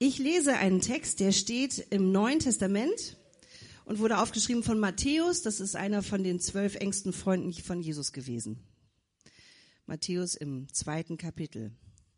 Ich lese einen Text, der steht im Neuen Testament und wurde aufgeschrieben von Matthäus. Das ist einer von den 12 engsten Freunden von Jesus gewesen. Matthäus im 2. Kapitel.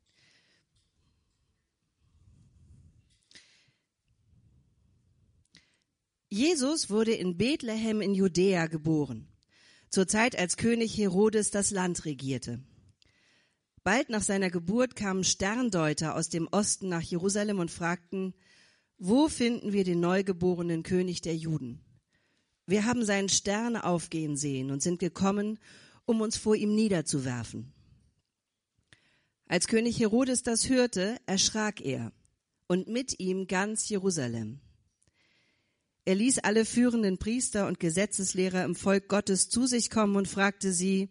Jesus wurde in Bethlehem in Judäa geboren, zur Zeit, als König Herodes das Land regierte. Bald nach seiner Geburt kamen Sterndeuter aus dem Osten nach Jerusalem und fragten: Wo finden wir den neugeborenen König der Juden? Wir haben seinen Stern aufgehen sehen und sind gekommen, um uns vor ihm niederzuwerfen. Als König Herodes das hörte, erschrak er und mit ihm ganz Jerusalem. Er ließ alle führenden Priester und Gesetzeslehrer im Volk Gottes zu sich kommen und fragte sie: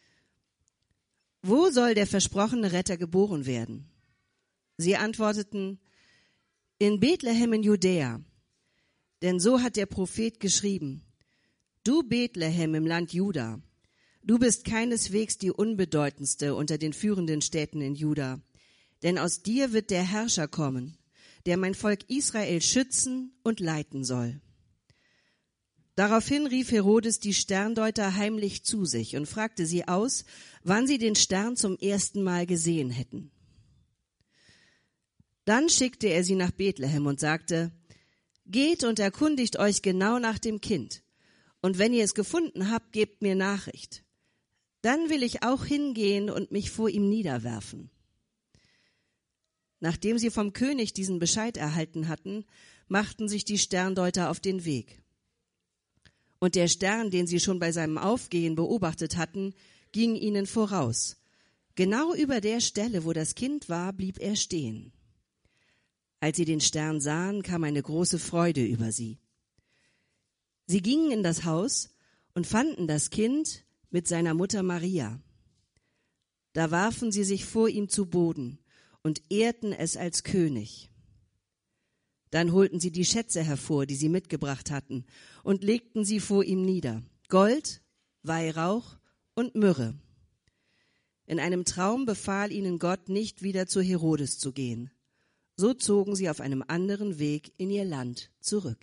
Wo soll der versprochene Retter geboren werden? Sie antworteten: In Bethlehem in Judäa. Denn so hat der Prophet geschrieben: Du Bethlehem im Land Juda, du bist keineswegs die unbedeutendste unter den führenden Städten in Juda, denn aus dir wird der Herrscher kommen, der mein Volk Israel schützen und leiten soll. Daraufhin rief Herodes die Sterndeuter heimlich zu sich und fragte sie aus, wann sie den Stern zum ersten Mal gesehen hätten. Dann schickte er sie nach Bethlehem und sagte: Geht und erkundigt euch genau nach dem Kind, und wenn ihr es gefunden habt, gebt mir Nachricht. Dann will ich auch hingehen und mich vor ihm niederwerfen. Nachdem sie vom König diesen Bescheid erhalten hatten, machten sich die Sterndeuter auf den Weg. Und der Stern, den sie schon bei seinem Aufgehen beobachtet hatten, ging ihnen voraus. Genau über der Stelle, wo das Kind war, blieb er stehen. Als sie den Stern sahen, kam eine große Freude über sie. Sie gingen in das Haus und fanden das Kind mit seiner Mutter Maria. Da warfen sie sich vor ihm zu Boden und ehrten es als König. Dann holten sie die Schätze hervor, die sie mitgebracht hatten, und legten sie vor ihm nieder: Gold, Weihrauch und Myrrhe. In einem Traum befahl ihnen Gott, nicht wieder zu Herodes zu gehen. So zogen sie auf einem anderen Weg in ihr Land zurück.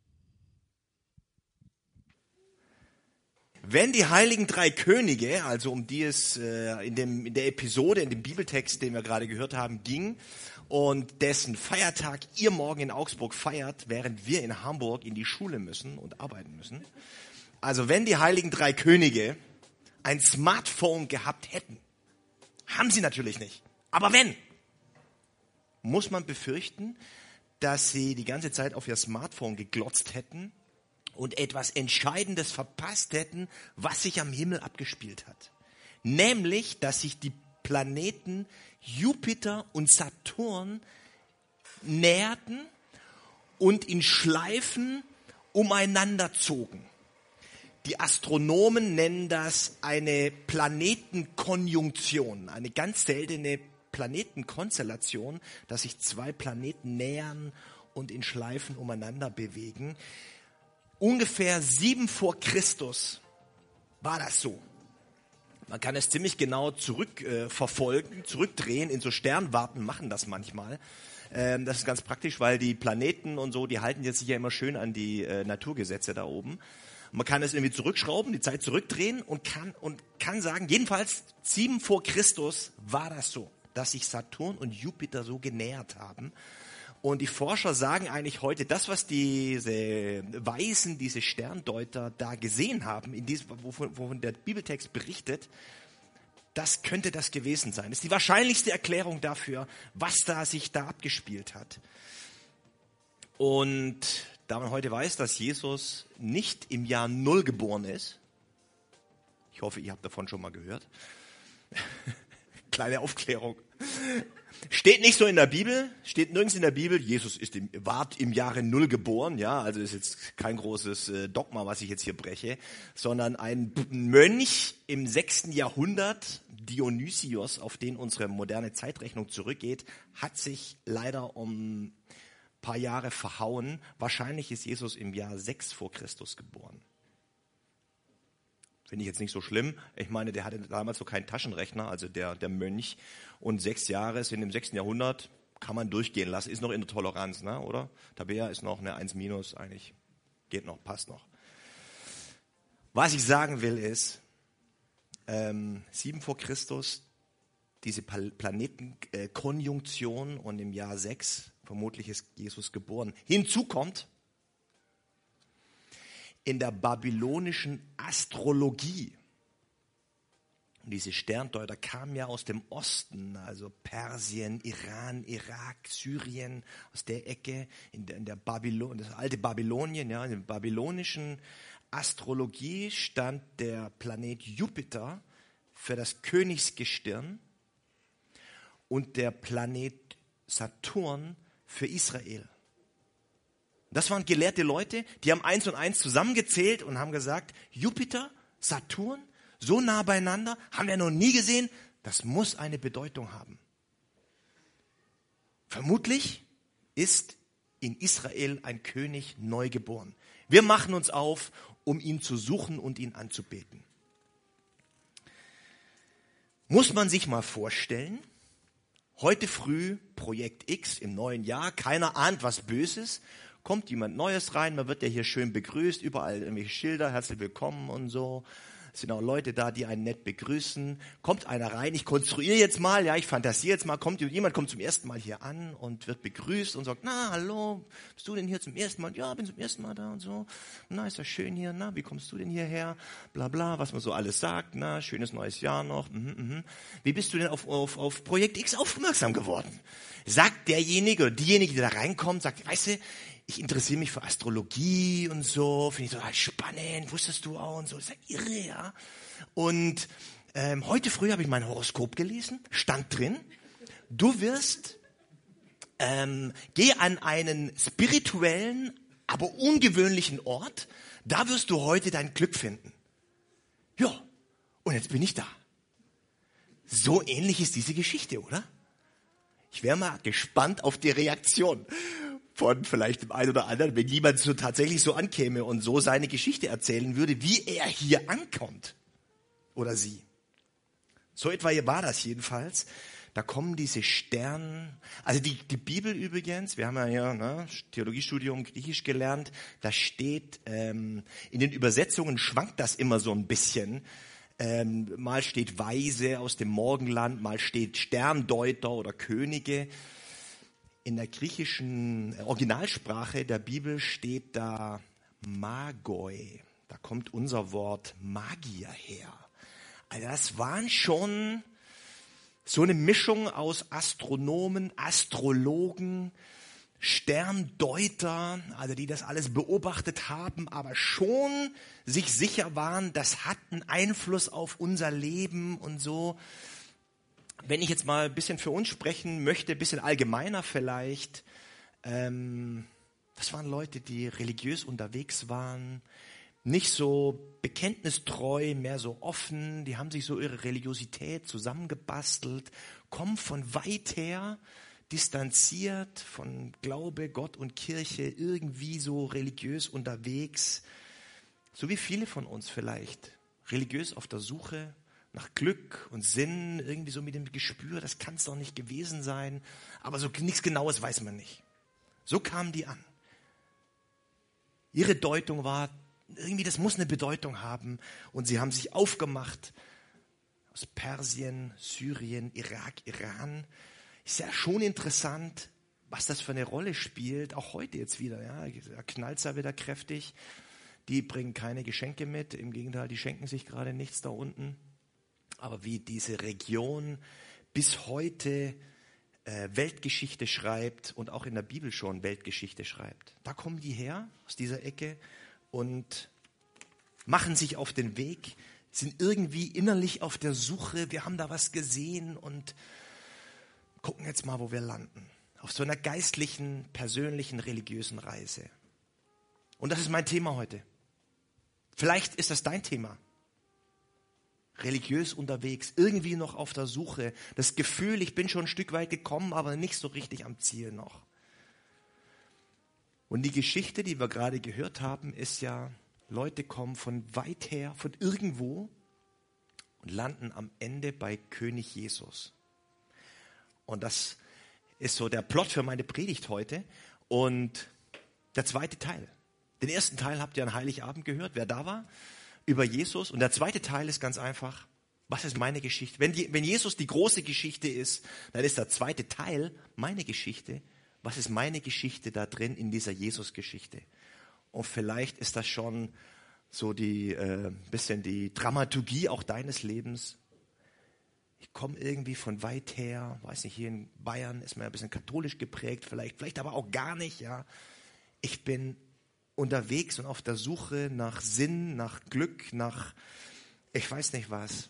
Wenn die heiligen drei Könige, also um die es in der Episode, in dem Bibeltext, den wir gerade gehört haben, ging und dessen Feiertag ihr morgen in Augsburg feiert, während wir in Hamburg in die Schule müssen und arbeiten müssen. Also wenn die heiligen drei Könige ein Smartphone gehabt hätten, haben sie natürlich nicht. Aber wenn, muss man befürchten, dass sie die ganze Zeit auf ihr Smartphone geglotzt hätten und etwas Entscheidendes verpasst hätten, was sich am Himmel abgespielt hat. Nämlich, dass sich die Planeten Jupiter und Saturn näherten und in Schleifen umeinander zogen. Die Astronomen nennen das eine Planetenkonjunktion, eine ganz seltene Planetenkonstellation, dass sich zwei Planeten nähern und in Schleifen umeinander bewegen. Ungefähr 7 vor Christus war das so. Man kann es ziemlich genau zurückverfolgen, zurückdrehen. In so Sternwarten machen das manchmal. Das ist ganz praktisch, weil die Planeten und so, die halten jetzt sich ja immer schön an die Naturgesetze da oben. Man kann es irgendwie zurückschrauben, die Zeit zurückdrehen und kann sagen, jedenfalls 7 vor Christus war das so, dass sich Saturn und Jupiter so genähert haben. Und die Forscher sagen eigentlich heute, das, was diese Weisen, diese Sterndeuter da gesehen haben, wovon der Bibeltext berichtet, das könnte das gewesen sein. Das ist die wahrscheinlichste Erklärung dafür, was sich da abgespielt hat. Und da man heute weiß, dass Jesus nicht im Jahr 0 geboren ist, ich hoffe, ihr habt davon schon mal gehört, kleine Aufklärung, steht nicht so in der Bibel, steht nirgends in der Bibel, Jesus ward im Jahre 0 geboren, ja, also ist jetzt kein großes Dogma, was ich jetzt hier breche, sondern ein Mönch im 6. Jahrhundert, Dionysios, auf den unsere moderne Zeitrechnung zurückgeht, hat sich leider um ein paar Jahre verhauen. Wahrscheinlich ist Jesus im Jahr 6 vor Christus geboren. Finde ich jetzt nicht so schlimm. Ich meine, der hatte damals so keinen Taschenrechner, also der Mönch. Und 6 Jahre sind im 6. Jahrhundert, kann man durchgehen lassen. Ist noch in der Toleranz, ne? Oder? Tabea ist noch eine 1-, eigentlich. Geht noch, passt noch. Was ich sagen will ist, 7 vor Christus, diese Planetenkonjunktion und im Jahr 6, vermutlich ist Jesus geboren. Hinzu kommt, in der babylonischen Astrologie, und diese Sterndeuter kamen ja aus dem Osten, also Persien, Iran, Irak, Syrien, aus der Ecke, in der Babylon, das alte Babylonien, ja, in der babylonischen Astrologie stand der Planet Jupiter für das Königsgestirn und der Planet Saturn für Israel. Das waren gelehrte Leute, die haben 1 und 1 zusammengezählt und haben gesagt, Jupiter, Saturn, so nah beieinander, haben wir noch nie gesehen, das muss eine Bedeutung haben. Vermutlich ist in Israel ein König neu geboren. Wir machen uns auf, um ihn zu suchen und ihn anzubeten. Muss man sich mal vorstellen, heute früh Projekt X im neuen Jahr, keiner ahnt was Böses, kommt jemand Neues rein, man wird ja hier schön begrüßt, überall irgendwelche Schilder, herzlich willkommen und so. Es sind auch Leute da, die einen nett begrüßen. Kommt einer rein, ich konstruiere jetzt mal, ja, ich fantasiere jetzt mal, jemand kommt zum ersten Mal hier an und wird begrüßt und sagt, na, hallo, bist du denn hier zum ersten Mal? Ja, bin zum ersten Mal da und so. Na, ist das schön hier, na, wie kommst du denn hierher? Bla, bla, was man so alles sagt, na, schönes neues Jahr noch. Wie bist du denn auf Projekt X aufmerksam geworden? Sagt derjenige oder diejenige, die da reinkommt, sagt, weißt du, ich interessiere mich für Astrologie und so, finde ich total spannend, wusstest du auch und so, das ist ja irre, ja. Und heute früh habe ich mein Horoskop gelesen, stand drin, du wirst, geh an einen spirituellen, aber ungewöhnlichen Ort, da wirst du heute dein Glück finden. Ja, und jetzt bin ich da. So ähnlich ist diese Geschichte, oder? Ich wäre mal gespannt auf die Reaktion von vielleicht dem einen oder anderen, wenn jemand so tatsächlich so ankäme und so seine Geschichte erzählen würde, wie er hier ankommt. Oder sie. So etwa war das jedenfalls. Da kommen diese Sterne, also die Bibel übrigens, wir haben ja hier Theologiestudium Griechisch gelernt, da steht, in den Übersetzungen schwankt das immer so ein bisschen. Mal steht Weise aus dem Morgenland, mal steht Sterndeuter oder Könige. In der griechischen Originalsprache der Bibel steht da Magoi. Da kommt unser Wort Magier her. Also das waren schon so eine Mischung aus Astronomen, Astrologen, Sterndeuter, also die das alles beobachtet haben, aber schon sich sicher waren, das hat einen Einfluss auf unser Leben und so. Wenn ich jetzt mal ein bisschen für uns sprechen möchte, ein bisschen allgemeiner vielleicht, das waren Leute, die religiös unterwegs waren, nicht so bekenntnistreu, mehr so offen, die haben sich so ihre Religiosität zusammengebastelt, kommen von weit her, distanziert von Glaube, Gott und Kirche, irgendwie so religiös unterwegs, so wie viele von uns vielleicht, religiös auf der Suche nach Glück und Sinn, irgendwie so mit dem Gespür, das kann es doch nicht gewesen sein, aber so nichts Genaues weiß man nicht. So kamen die an. Ihre Deutung war, irgendwie das muss eine Bedeutung haben und sie haben sich aufgemacht aus Persien, Syrien, Irak, Iran. Ist ja schon interessant, was das für eine Rolle spielt, auch heute jetzt wieder. Ja, da knallt es ja wieder kräftig. Die bringen keine Geschenke mit, im Gegenteil, die schenken sich gerade nichts da unten. Aber wie diese Region bis heute Weltgeschichte schreibt und auch in der Bibel schon Weltgeschichte schreibt. Da kommen die her, aus dieser Ecke, und machen sich auf den Weg, sind irgendwie innerlich auf der Suche, wir haben da was gesehen und gucken jetzt mal, wo wir landen. Auf so einer geistlichen, persönlichen, religiösen Reise. Und das ist mein Thema heute. Vielleicht ist das dein Thema. Religiös unterwegs, irgendwie noch auf der Suche. Das Gefühl, ich bin schon ein Stück weit gekommen, aber nicht so richtig am Ziel noch. Und die Geschichte, die wir gerade gehört haben, ist ja, Leute kommen von weit her, von irgendwo und landen am Ende bei König Jesus. Und das ist so der Plot für meine Predigt heute. Und der zweite Teil. Den ersten Teil habt ihr an Heiligabend gehört, wer da war, über Jesus. Und der zweite Teil ist ganz einfach, was ist meine Geschichte? Wenn Jesus die große Geschichte ist, dann ist der zweite Teil meine Geschichte. Was ist meine Geschichte da drin in dieser Jesus-Geschichte? Und vielleicht ist das schon so bisschen die Dramaturgie auch deines Lebens. Ich komme irgendwie von weit her, weiß nicht, hier in Bayern ist man ja ein bisschen katholisch geprägt, vielleicht aber auch gar nicht, ja. Ich bin unterwegs und auf der Suche nach Sinn, nach Glück, nach ich weiß nicht was.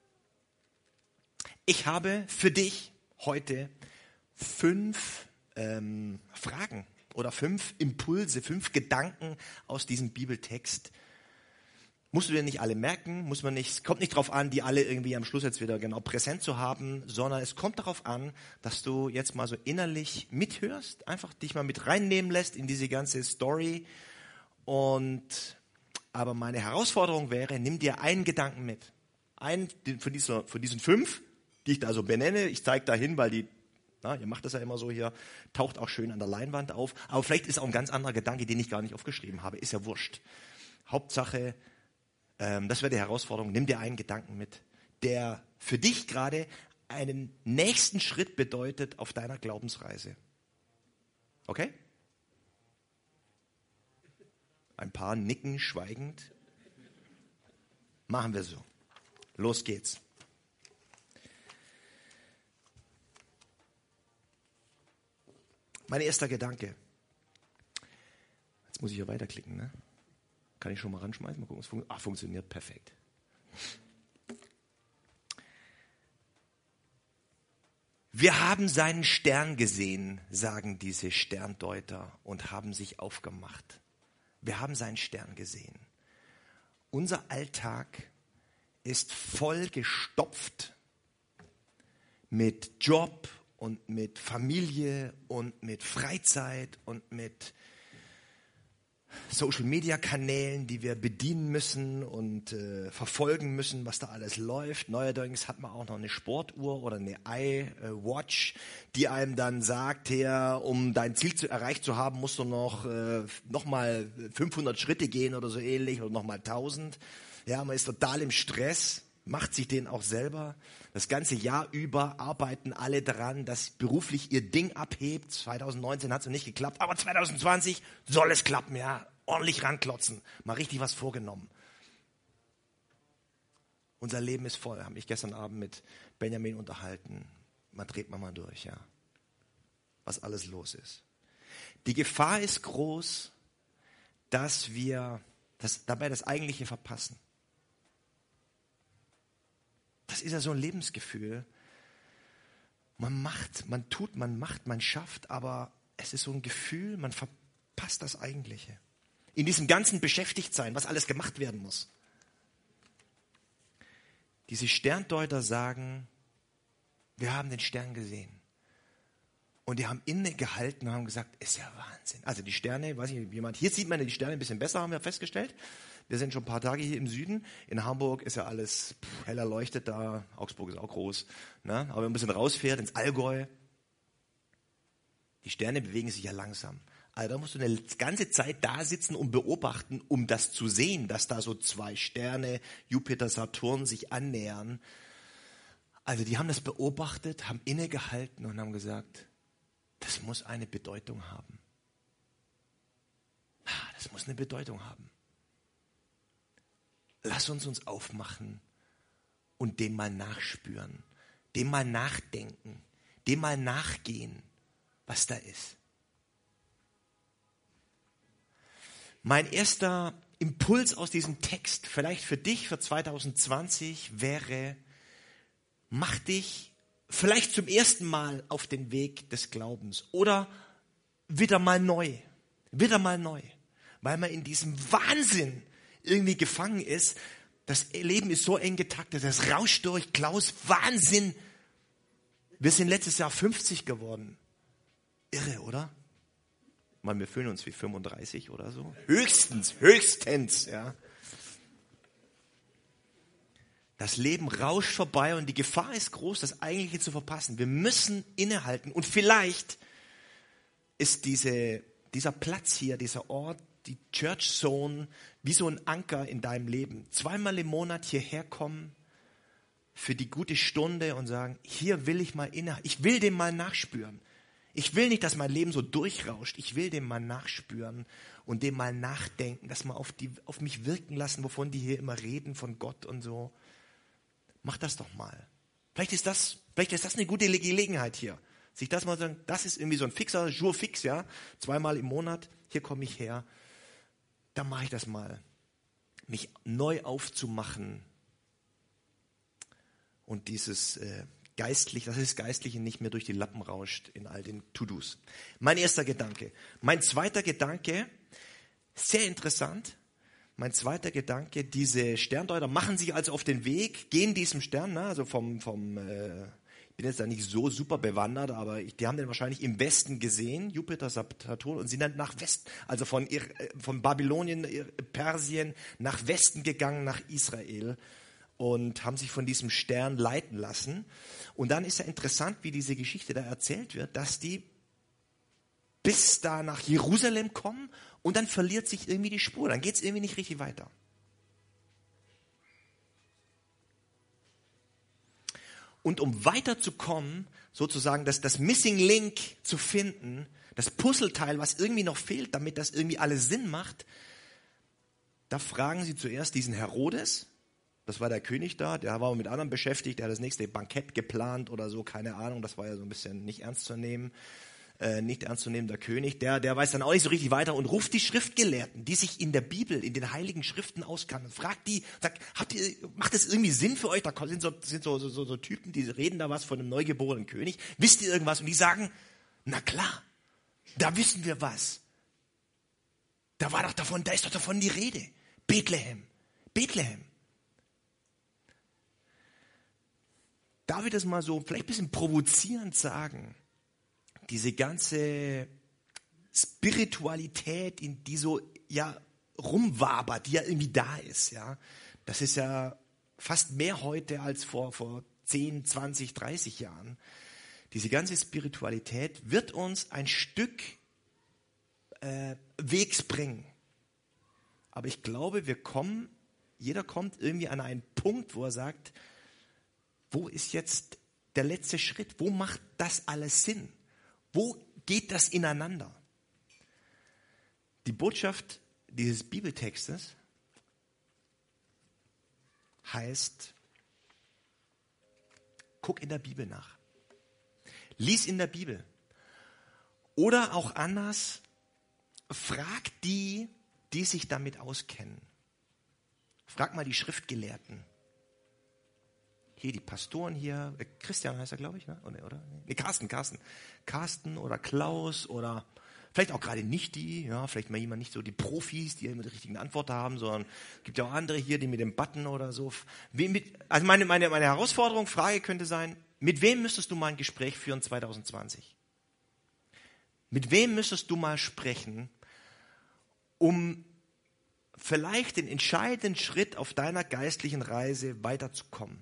Ich habe für dich heute 5 Fragen oder 5 Impulse, 5 Gedanken aus diesem Bibeltext. Musst du dir nicht alle merken, es kommt nicht darauf an, die alle irgendwie am Schluss jetzt wieder genau präsent zu haben, sondern es kommt darauf an, dass du jetzt mal so innerlich mithörst, einfach dich mal mit reinnehmen lässt in diese ganze Story. Aber meine Herausforderung wäre, nimm dir einen Gedanken mit. Einen von diesen 5, die ich da so benenne. Ich zeige da hin, weil ihr macht das ja immer so hier, taucht auch schön an der Leinwand auf. Aber vielleicht ist auch ein ganz anderer Gedanke, den ich gar nicht aufgeschrieben habe. Ist ja wurscht. Hauptsache, das wäre die Herausforderung, nimm dir einen Gedanken mit, der für dich gerade einen nächsten Schritt bedeutet auf deiner Glaubensreise. Okay? Ein paar nicken schweigend. Machen wir so. Los geht's. Mein erster Gedanke. Jetzt muss ich hier weiterklicken, ne? Kann ich schon mal ranschmeißen? Mal gucken, funktioniert perfekt. Wir haben seinen Stern gesehen, sagen diese Sterndeuter und haben sich aufgemacht. Wir haben seinen Stern gesehen. Unser Alltag ist voll gestopft mit Job und mit Familie und mit Freizeit und mit Social-Media-Kanälen, die wir bedienen müssen und verfolgen müssen, was da alles läuft. Neuerdings hat man auch noch eine Sportuhr oder eine iWatch, die einem dann sagt, um dein Ziel erreicht zu haben, musst du noch mal 500 Schritte gehen oder so ähnlich oder noch mal 1000. Ja, man ist total im Stress, macht sich den auch selber. Das ganze Jahr über arbeiten alle daran, dass beruflich ihr Ding abhebt. 2019 hat es noch nicht geklappt, aber 2020 soll es klappen, ja. Ordentlich ranklotzen, mal richtig was vorgenommen. Unser Leben ist voll, habe ich gestern Abend mit Benjamin unterhalten. Man dreht mal durch, ja. Was alles los ist. Die Gefahr ist groß, dass wir dabei das Eigentliche verpassen. Das ist ja so ein Lebensgefühl. Man macht, man schafft, aber es ist so ein Gefühl, man verpasst das Eigentliche. In diesem ganzen Beschäftigtsein, was alles gemacht werden muss. Diese Sterndeuter sagen, wir haben den Stern gesehen. Und die haben innegehalten und haben gesagt, ist ja Wahnsinn. Also die Sterne, weiß ich nicht, hier sieht man die Sterne ein bisschen besser, haben wir festgestellt. Wir sind schon ein paar Tage hier im Süden. In Hamburg ist ja alles heller leuchtet da. Augsburg ist auch groß. Ne? Aber wenn man ein bisschen rausfährt ins Allgäu, die Sterne bewegen sich ja langsam. Also da musst du eine ganze Zeit da sitzen und beobachten, um das zu sehen, dass da so 2 Sterne, Jupiter, Saturn, sich annähern. Also die haben das beobachtet, haben innegehalten und haben gesagt, das muss eine Bedeutung haben. Das muss eine Bedeutung haben. Lass uns aufmachen und dem mal nachspüren, dem mal nachdenken, dem mal nachgehen, was da ist. Mein erster Impuls aus diesem Text, vielleicht für dich, für 2020, wäre, mach dich vielleicht zum ersten Mal auf den Weg des Glaubens oder wieder mal neu, weil man in diesem Wahnsinn irgendwie gefangen ist. Das Leben ist so eng getaktet, das rauscht durch, Klaus, Wahnsinn. Wir sind letztes Jahr 50 geworden. Irre, oder? Wir fühlen uns wie 35 oder so. Höchstens, ja. Das Leben rauscht vorbei und die Gefahr ist groß, das Eigentliche zu verpassen. Wir müssen innehalten. Und vielleicht ist dieser Platz hier, dieser Ort, die Church Zone, wie so ein Anker in deinem Leben. 2-mal im Monat hierher kommen für die gute Stunde und sagen, hier will ich mal innehalten. Ich will dem mal nachspüren. Ich will nicht, dass mein Leben so durchrauscht. Ich will dem mal nachspüren und dem mal nachdenken, das mal auf mich wirken lassen, wovon die hier immer reden, von Gott und so. Mach das doch mal. Vielleicht ist das eine gute Gelegenheit hier. Sich das mal sagen, das ist irgendwie so ein fixer Jour fix, ja. 2-mal im Monat, hier komme ich her. Dann mache ich das mal. Mich neu aufzumachen. Und dieses Geistliche nicht mehr durch die Lappen rauscht in all den To-Dos. Mein erster Gedanke. Mein zweiter Gedanke, sehr interessant. Mein zweiter Gedanke, diese Sterndeuter machen sich also auf den Weg, gehen diesem Stern, also ich bin jetzt da nicht so super bewandert, aber die haben den wahrscheinlich im Westen gesehen, Jupiter, Saturn, und sind dann nach Westen, also von Babylonien, Persien, nach Westen gegangen, nach Israel und haben sich von diesem Stern leiten lassen. Und dann ist ja interessant, wie diese Geschichte da erzählt wird, dass die bis da nach Jerusalem kommen und dann verliert sich irgendwie die Spur. Dann geht es irgendwie nicht richtig weiter. Und um weiterzukommen, sozusagen das Missing Link zu finden, das Puzzleteil, was irgendwie noch fehlt, damit das irgendwie alles Sinn macht, da fragen sie zuerst diesen Herodes. Das war der König da, der war mit anderen beschäftigt, der hat das nächste Bankett geplant oder so, keine Ahnung, das war ja so ein bisschen nicht ernstzunehmender König, der weiß dann auch nicht so richtig weiter und ruft die Schriftgelehrten, die sich in der Bibel, in den heiligen Schriften auskennen, fragt die, sagt, macht das irgendwie Sinn für euch? Da sind so Typen, die reden da was von einem neugeborenen König. Wisst ihr irgendwas? Und die sagen, na klar, da wissen wir was. Da ist doch davon die Rede. Bethlehem. Darf ich das mal so vielleicht ein bisschen provozierend sagen? Diese ganze Spiritualität, die so rumwabert, die ja irgendwie da ist, ja. Das ist ja fast mehr heute als vor 10, 20, 30 Jahren. Diese ganze Spiritualität wird uns ein Stück Wegs bringen. Aber ich glaube, jeder kommt irgendwie an einen Punkt, wo er sagt, wo ist jetzt der letzte Schritt? Wo macht das alles Sinn? Wo geht das ineinander? Die Botschaft dieses Bibeltextes heißt, guck in der Bibel nach. Lies in der Bibel. Oder auch anders, frag die sich damit auskennen. Frag mal die Schriftgelehrten. Hier die Pastoren hier, Christian heißt er, glaube ich, ne? Oder? Nee, Carsten oder Klaus oder vielleicht auch gerade nicht die, ja, vielleicht mal jemand nicht so die Profis, die immer die richtigen Antworten haben, sondern es gibt ja auch andere hier, die mit dem Button oder so. Also meine Herausforderung, Frage könnte sein, mit wem müsstest du mal ein Gespräch führen 2020? Mit wem müsstest du mal sprechen, um vielleicht den entscheidenden Schritt auf deiner geistlichen Reise weiterzukommen?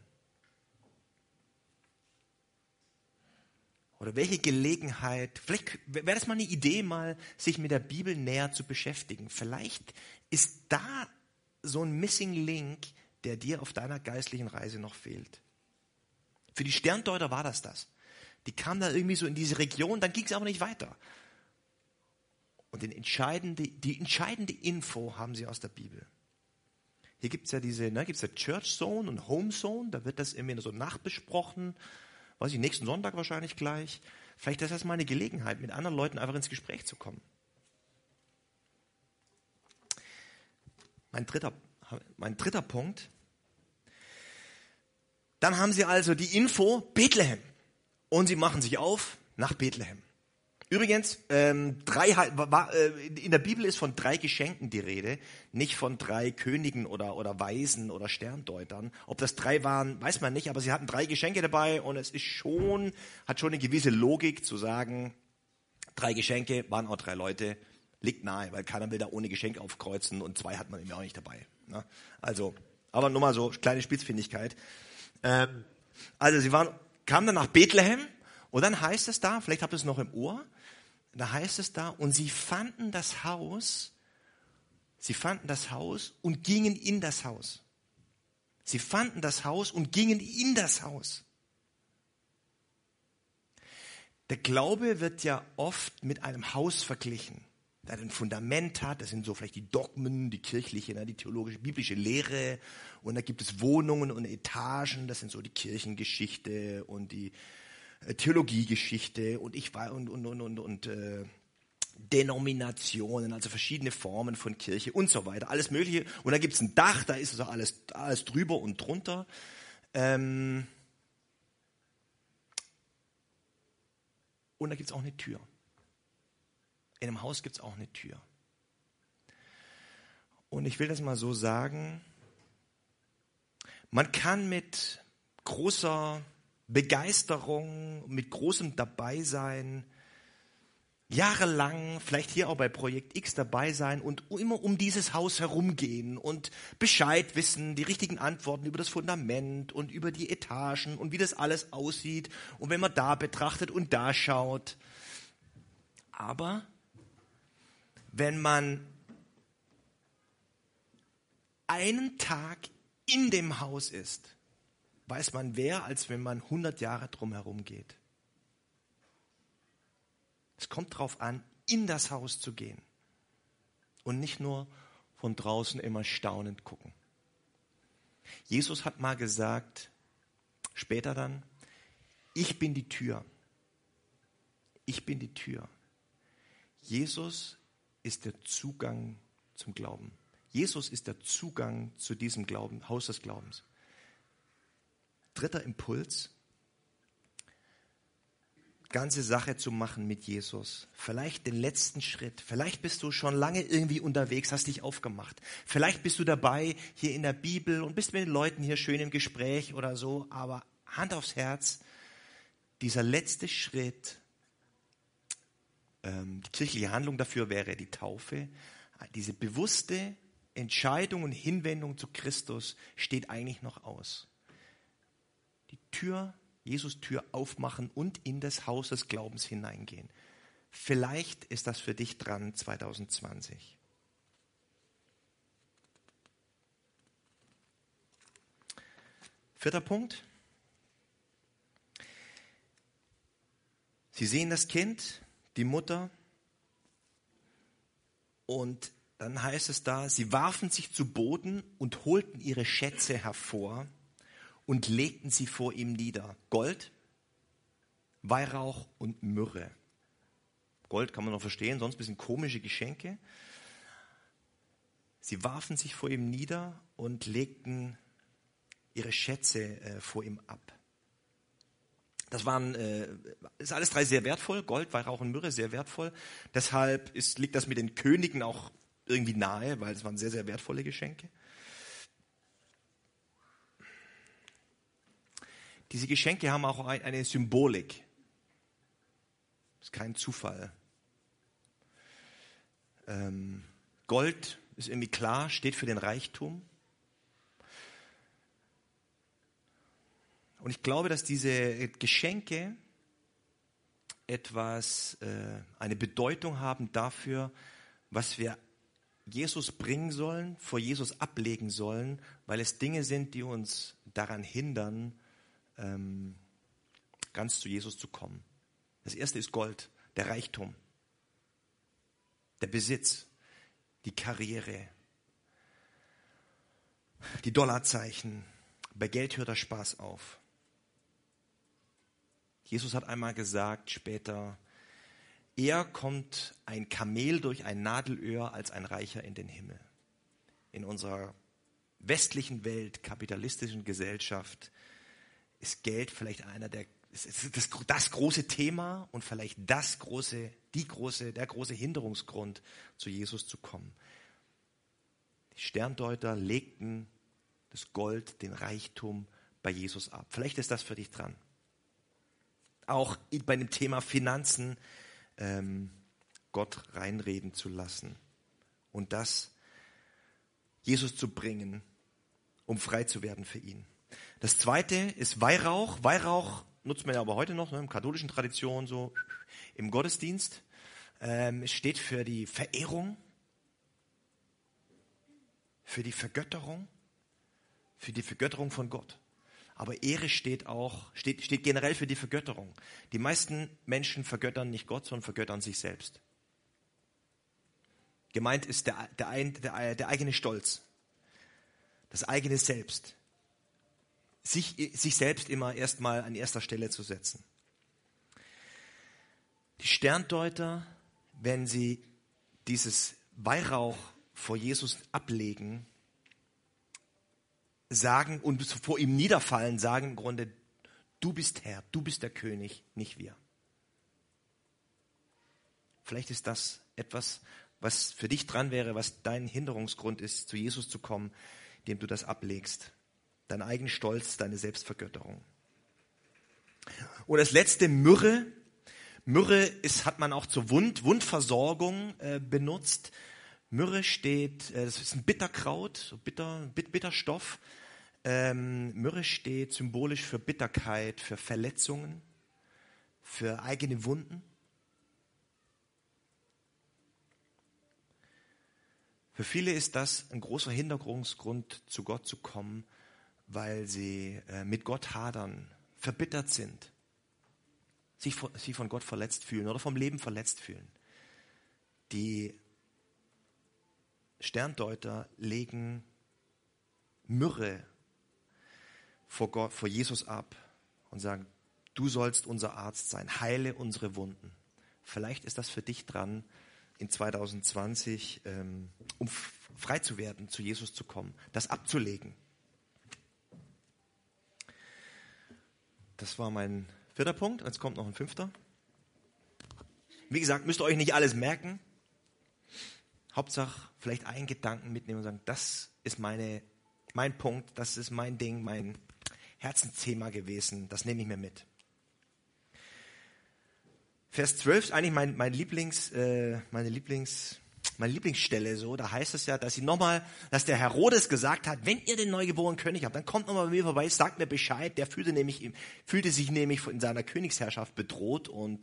Oder welche Gelegenheit, vielleicht wäre das mal eine Idee, mal sich mit der Bibel näher zu beschäftigen. Vielleicht ist da so ein Missing Link, der dir auf deiner geistlichen Reise noch fehlt. Für die Sterndeuter war das. Die kamen da irgendwie so in diese Region, dann ging es aber nicht weiter. Und die entscheidende Info haben sie aus der Bibel. Hier gibt es ja gibt's ja Church Zone und Home Zone, da wird das irgendwie so nachbesprochen. Weiß ich, nächsten Sonntag wahrscheinlich gleich. Vielleicht ist das mal eine Gelegenheit, mit anderen Leuten einfach ins Gespräch zu kommen. Mein dritter Punkt. Dann haben sie also die Info Bethlehem. Und sie machen sich auf nach Bethlehem. Übrigens, in der Bibel ist von 3 Geschenken die Rede, nicht von 3 Königen oder Weisen oder Sterndeutern. Ob das 3 waren, weiß man nicht, aber sie hatten 3 Geschenke dabei und es ist hat schon eine gewisse Logik zu sagen, 3 Geschenke waren auch 3 Leute, liegt nahe, weil keiner will da ohne Geschenk aufkreuzen und 2 hat man eben auch nicht dabei. Ne? Also Aber nur mal so kleine Spitzfindigkeit. Also kamen dann nach Bethlehem und dann heißt es da, vielleicht habt ihr es noch im Ohr, da heißt es da, und sie fanden das Haus und gingen in das Haus. Sie fanden das Haus und gingen in das Haus. Der Glaube wird ja oft mit einem Haus verglichen, der ein Fundament hat. Das sind so vielleicht die Dogmen, die kirchliche, die theologische, biblische Lehre. Und da gibt es Wohnungen und Etagen. Das sind so die Kirchengeschichte und die Theologiegeschichte und Denominationen, also verschiedene Formen von Kirche und so weiter. Alles Mögliche. Und da gibt es ein Dach, da ist also alles drüber und drunter. Und da gibt es auch eine Tür. In einem Haus gibt es auch eine Tür. Und ich will das mal so sagen, man kann mit großer Begeisterung, mit großem Dabeisein jahrelang, vielleicht hier auch bei Projekt X dabei sein und immer um dieses Haus herumgehen und Bescheid wissen, die richtigen Antworten über das Fundament und über die Etagen und wie das alles aussieht und wenn man da betrachtet und da schaut. Aber wenn man einen Tag in dem Haus ist, weiß man mehr, als wenn man 100 Jahre drumherum geht. Es kommt darauf an, in das Haus zu gehen und nicht nur von draußen immer staunend gucken. Jesus hat mal gesagt, später dann, ich bin die Tür. Ich bin die Tür. Jesus ist der Zugang zum Glauben. Jesus ist der Zugang zu diesem Glauben, Haus des Glaubens. Dritter Impuls. Ganze Sache zu machen mit Jesus. Vielleicht den letzten Schritt. Vielleicht bist du schon lange irgendwie unterwegs, hast dich aufgemacht. Vielleicht bist du dabei hier in der Bibel und bist mit den Leuten hier schön im Gespräch oder so. Aber Hand aufs Herz, dieser letzte Schritt, die kirchliche Handlung dafür wäre die Taufe. Diese bewusste Entscheidung und Hinwendung zu Christus steht eigentlich noch aus. Die Tür, Jesus Tür aufmachen und in das Haus des Glaubens hineingehen. Vielleicht ist das für dich dran 2020. Vierter Punkt. Sie sehen das Kind, die Mutter, und dann heißt es da, sie warfen sich zu Boden und holten ihre Schätze hervor und legten sie vor ihm nieder. Gold, Weihrauch und Myrrhe. Gold kann man noch verstehen, sonst ein bisschen komische Geschenke. Sie warfen sich vor ihm nieder und legten ihre Schätze vor ihm ab. Das ist alles drei sehr wertvoll, Gold, Weihrauch und Myrrhe, sehr wertvoll. Deshalb liegt das mit den Königen auch irgendwie nahe, weil es waren sehr, sehr wertvolle Geschenke. Diese Geschenke haben auch eine Symbolik. Das ist kein Zufall. Gold ist irgendwie klar, steht für den Reichtum. Und ich glaube, dass diese Geschenke eine Bedeutung haben dafür, was wir Jesus bringen sollen, vor Jesus ablegen sollen, weil es Dinge sind, die uns daran hindern, ganz zu Jesus zu kommen. Das erste ist Gold, der Reichtum, der Besitz, die Karriere, die Dollarzeichen. Bei Geld hört der Spaß auf. Jesus hat einmal gesagt, später, eher kommt ein Kamel durch ein Nadelöhr als ein Reicher in den Himmel. In unserer westlichen Welt, kapitalistischen Gesellschaft, ist Geld vielleicht das große Thema und vielleicht der große Hinderungsgrund, zu Jesus zu kommen. Die Sterndeuter legten das Gold, den Reichtum bei Jesus ab. Vielleicht ist das für dich dran. Auch bei dem Thema Finanzen Gott reinreden zu lassen und das Jesus zu bringen um frei zu werden für ihn. Das zweite ist Weihrauch. Weihrauch nutzt man ja aber heute noch, ne, in katholischen Tradition, so im Gottesdienst. Es steht für die Verehrung, für die Vergötterung von Gott. Aber Ehre steht generell für die Vergötterung. Die meisten Menschen vergöttern nicht Gott, sondern vergöttern sich selbst. Gemeint ist der eigene Stolz, das eigene Selbst. Sich selbst immer erstmal an erster Stelle zu setzen. Die Sterndeuter, wenn sie dieses Weihrauch vor Jesus ablegen, sagen und vor ihm niederfallen, sagen im Grunde, du bist Herr, du bist der König, nicht wir. Vielleicht ist das etwas, was für dich dran wäre, was dein Hinderungsgrund ist, zu Jesus zu kommen, indem du das ablegst. Dein eigenen Stolz, deine Selbstvergötterung. Und das letzte, Myrrhe. Myrrhe hat man auch zur Wundversorgung benutzt. Myrrhe das ist ein Bitterkraut, so Bitterstoff. Myrrhe steht symbolisch für Bitterkeit, für Verletzungen, für eigene Wunden. Für viele ist das ein großer Hinderungsgrund, zu Gott zu kommen, weil sie mit Gott hadern, verbittert sind, sich von Gott verletzt fühlen oder vom Leben verletzt fühlen. Die Sterndeuter legen Myrrhe vor Jesus ab und sagen, du sollst unser Arzt sein, heile unsere Wunden. Vielleicht ist das für dich dran, in 2020, um frei zu werden, zu Jesus zu kommen, das abzulegen. Das war mein 4. Punkt. Jetzt kommt noch ein 5. Wie gesagt, müsst ihr euch nicht alles merken. Hauptsache vielleicht einen Gedanken mitnehmen und sagen, das ist mein Punkt, das ist mein Ding, mein Herzensthema gewesen. Das nehme ich mir mit. Vers 12 ist eigentlich meine Lieblingsstelle so. Da heißt es ja, dass der Herodes gesagt hat, wenn ihr den neugeborenen König habt, dann kommt nochmal bei mir vorbei, sagt mir Bescheid. Der fühlte sich nämlich in seiner Königsherrschaft bedroht und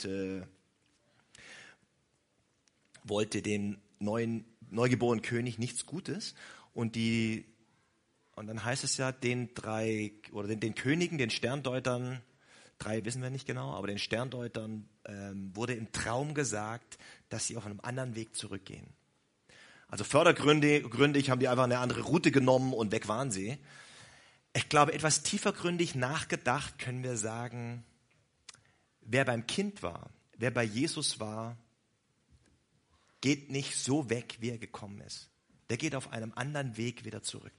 wollte dem neugeborenen König nichts Gutes. Und dann heißt es ja, den Königen, den Sterndeutern, 3 wissen wir nicht genau, aber den Sterndeutern wurde im Traum gesagt, dass sie auf einem anderen Weg zurückgehen. Also fördergründig haben die einfach eine andere Route genommen und weg waren sie. Ich glaube, etwas tiefergründig nachgedacht können wir sagen, wer beim Kind war, wer bei Jesus war, geht nicht so weg, wie er gekommen ist. Der geht auf einem anderen Weg wieder zurück.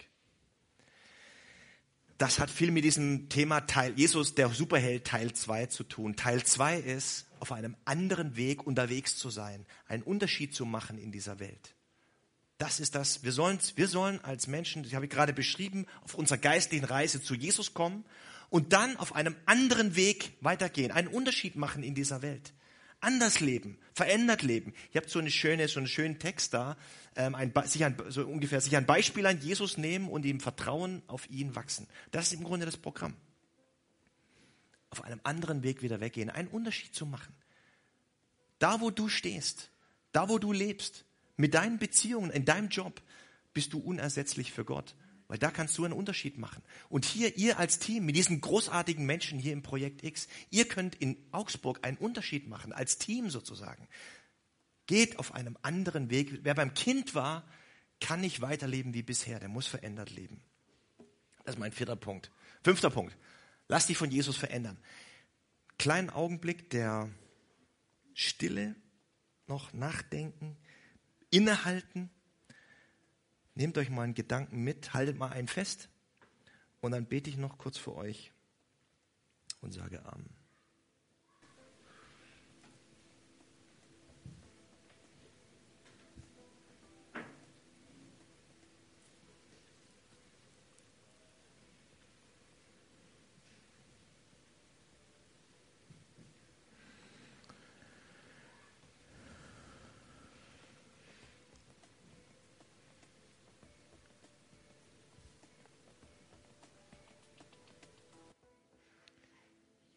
Das hat viel mit diesem Thema Jesus, der Superheld, Teil 2 zu tun. Teil 2 ist, auf einem anderen Weg unterwegs zu sein, einen Unterschied zu machen in dieser Welt. Das ist das. Wir sollen als Menschen, das habe ich gerade beschrieben, auf unserer geistlichen Reise zu Jesus kommen und dann auf einem anderen Weg weitergehen, einen Unterschied machen in dieser Welt. Anders leben, verändert leben. Ihr habt so einen schönen Text da, sich ein Beispiel an Jesus nehmen und im Vertrauen auf ihn wachsen. Das ist im Grunde das Programm. Auf einem anderen Weg wieder weggehen, einen Unterschied zu machen. Da, wo du stehst, da, wo du lebst, mit deinen Beziehungen, in deinem Job, bist du unersetzlich für Gott. Weil da kannst du einen Unterschied machen. Und hier, ihr als Team, mit diesen großartigen Menschen hier im Projekt X, ihr könnt in Augsburg einen Unterschied machen, als Team sozusagen. Geht auf einem anderen Weg. Wer beim Kind war, kann nicht weiterleben wie bisher. Der muss verändert leben. Das ist mein 4. Punkt. 5. Punkt. Lass dich von Jesus verändern. Kleinen Augenblick der Stille, noch nachdenken, innehalten. Nehmt euch mal einen Gedanken mit, haltet mal einen fest und dann bete ich noch kurz für euch und sage Amen.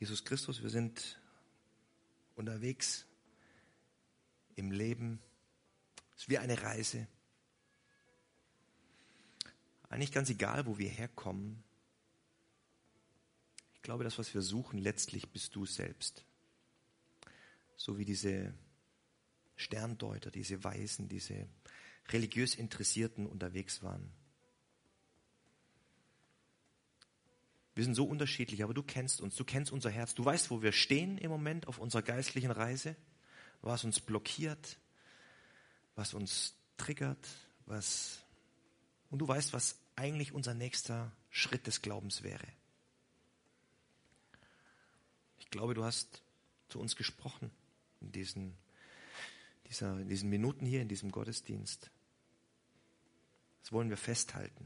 Jesus Christus, wir sind unterwegs im Leben. Es ist wie eine Reise. Eigentlich ganz egal, wo wir herkommen. Ich glaube, das, was wir suchen, letztlich bist du selbst. So wie diese Sterndeuter, diese Weisen, diese religiös Interessierten unterwegs waren. Wir sind so unterschiedlich, aber du kennst uns, du kennst unser Herz. Du weißt, wo wir stehen im Moment auf unserer geistlichen Reise, was uns blockiert, was uns triggert, und du weißt, was eigentlich unser nächster Schritt des Glaubens wäre. Ich glaube, du hast zu uns gesprochen in diesen Minuten hier, in diesem Gottesdienst. Das wollen wir festhalten.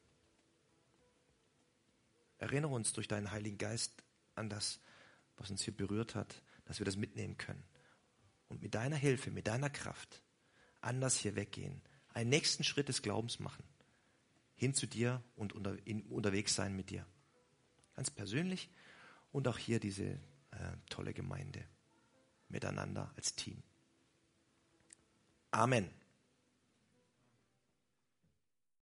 Erinnere uns durch deinen Heiligen Geist an das, was uns hier berührt hat, dass wir das mitnehmen können. Und mit deiner Hilfe, mit deiner Kraft anders hier weggehen. Einen nächsten Schritt des Glaubens machen. Hin zu dir und unterwegs sein mit dir. Ganz persönlich und auch hier diese tolle Gemeinde. Miteinander als Team. Amen.